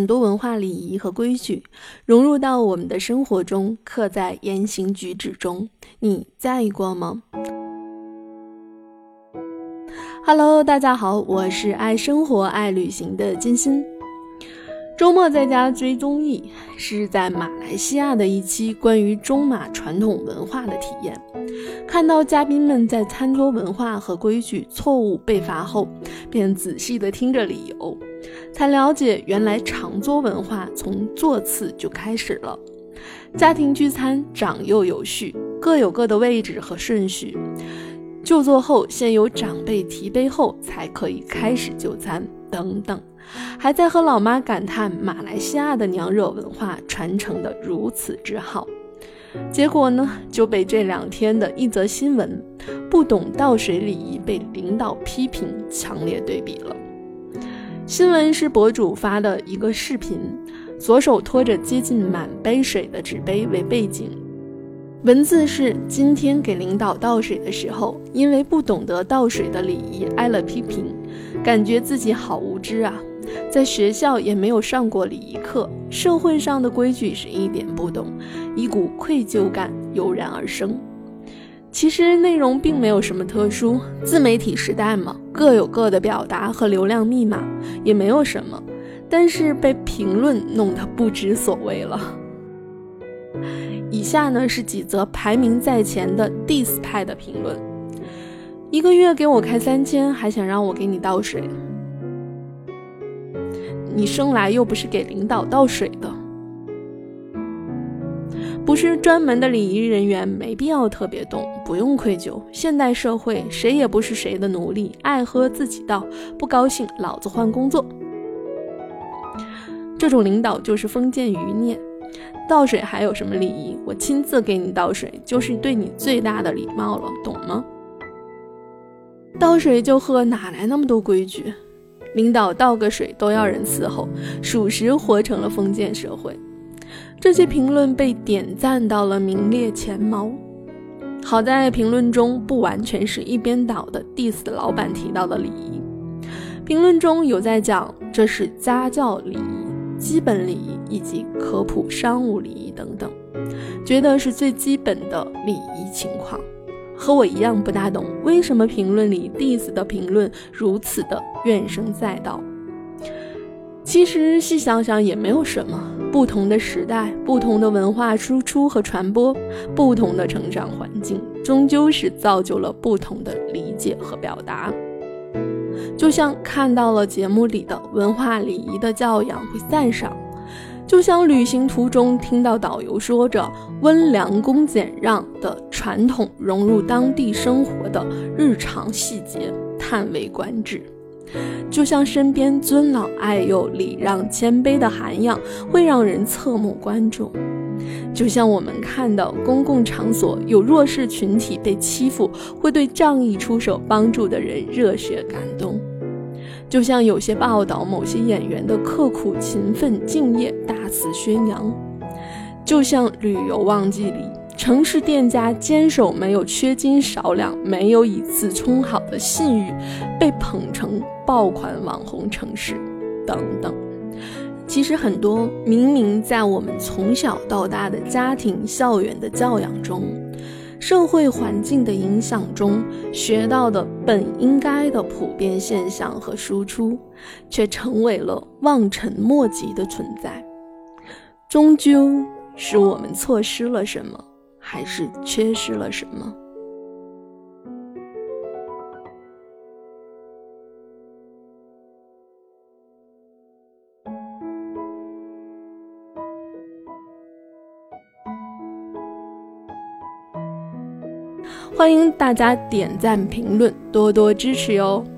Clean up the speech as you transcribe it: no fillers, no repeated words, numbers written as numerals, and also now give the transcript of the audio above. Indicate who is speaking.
Speaker 1: 很多文化礼仪和规矩融入到我们的生活中，刻在言行举止中，你在意过吗？ Hello， 大家好，我是爱生活爱旅行的金鑫。周末在家追综艺，是在马来西亚的一期关于中马传统文化的体验。看到嘉宾们在餐桌文化和规矩错误被罚后，便仔细地听着理由，才了解原来长桌文化从座次就开始了。家庭聚餐长幼有序，各有各的位置和顺序。就座后先由长辈提杯后才可以开始就餐等等，还在和老妈感叹马来西亚的娘惹文化传承得如此之好。结果呢，就被这2天的一则新闻不懂倒水礼仪被领导批评强烈对比了。新闻是博主发的一个视频，左手托着接近满杯水的纸杯为背景，文字是今天给领导倒水的时候，因为不懂得倒水的礼仪挨了批评，感觉自己好无知啊，在学校也没有上过礼仪课，社会上的规矩是一点不懂，一股愧疚感油然而生。其实内容并没有什么特殊，自媒体时代嘛，各有各的表达和流量密码，也没有什么，但是被评论弄得不知所谓了。以下呢是几则排名在前的 diss 派的评论。1个月给我开3000，还想让我给你倒水？你生来又不是给领导倒水的，不是专门的礼仪人员，没必要特别懂，不用愧疚。现代社会谁也不是谁的奴隶，爱喝自己倒，不高兴老子换工作。这种领导就是封建余孽。倒水还有什么礼仪？我亲自给你倒水就是对你最大的礼貌了，懂吗？倒水就喝，哪来那么多规矩？领导倒个水都要人伺候，属实活成了封建社会。这些评论被点赞到了名列前茅。好在评论中不完全是一边倒的 diss 老板提到的礼仪，评论中有在讲这是家教礼仪、基本礼仪以及科普商务礼仪等等，觉得是最基本的礼仪情况。和我一样不大懂为什么评论里 diss 的评论如此的怨声载道。其实细想想也没有什么，不同的时代，不同的文化输出和传播，不同的成长环境，终究是造就了不同的理解和表达。就像看到了节目里的文化礼仪的教养会赞赏，就像旅行途中听到导游说着温良恭俭让的传统融入当地生活的日常细节，叹为观止。就像身边尊老爱幼、礼让谦卑的涵养会让人侧目关注，就像我们看到公共场所有弱势群体被欺负，会对仗义出手帮助的人热血感动，就像有些报道某些演员的刻苦勤奋敬业大肆宣扬，就像旅游旺季里城市店家坚守没有缺斤少两、没有以次充好的信誉，被捧成爆款网红城市等等。其实很多明明在我们从小到大的家庭校园的教养中，社会环境的影响中学到的本应该的普遍现象和输出，却成为了望尘莫及的存在。终究是我们错失了什么，还是缺失了什么？欢迎大家点赞评论，多多支持哟。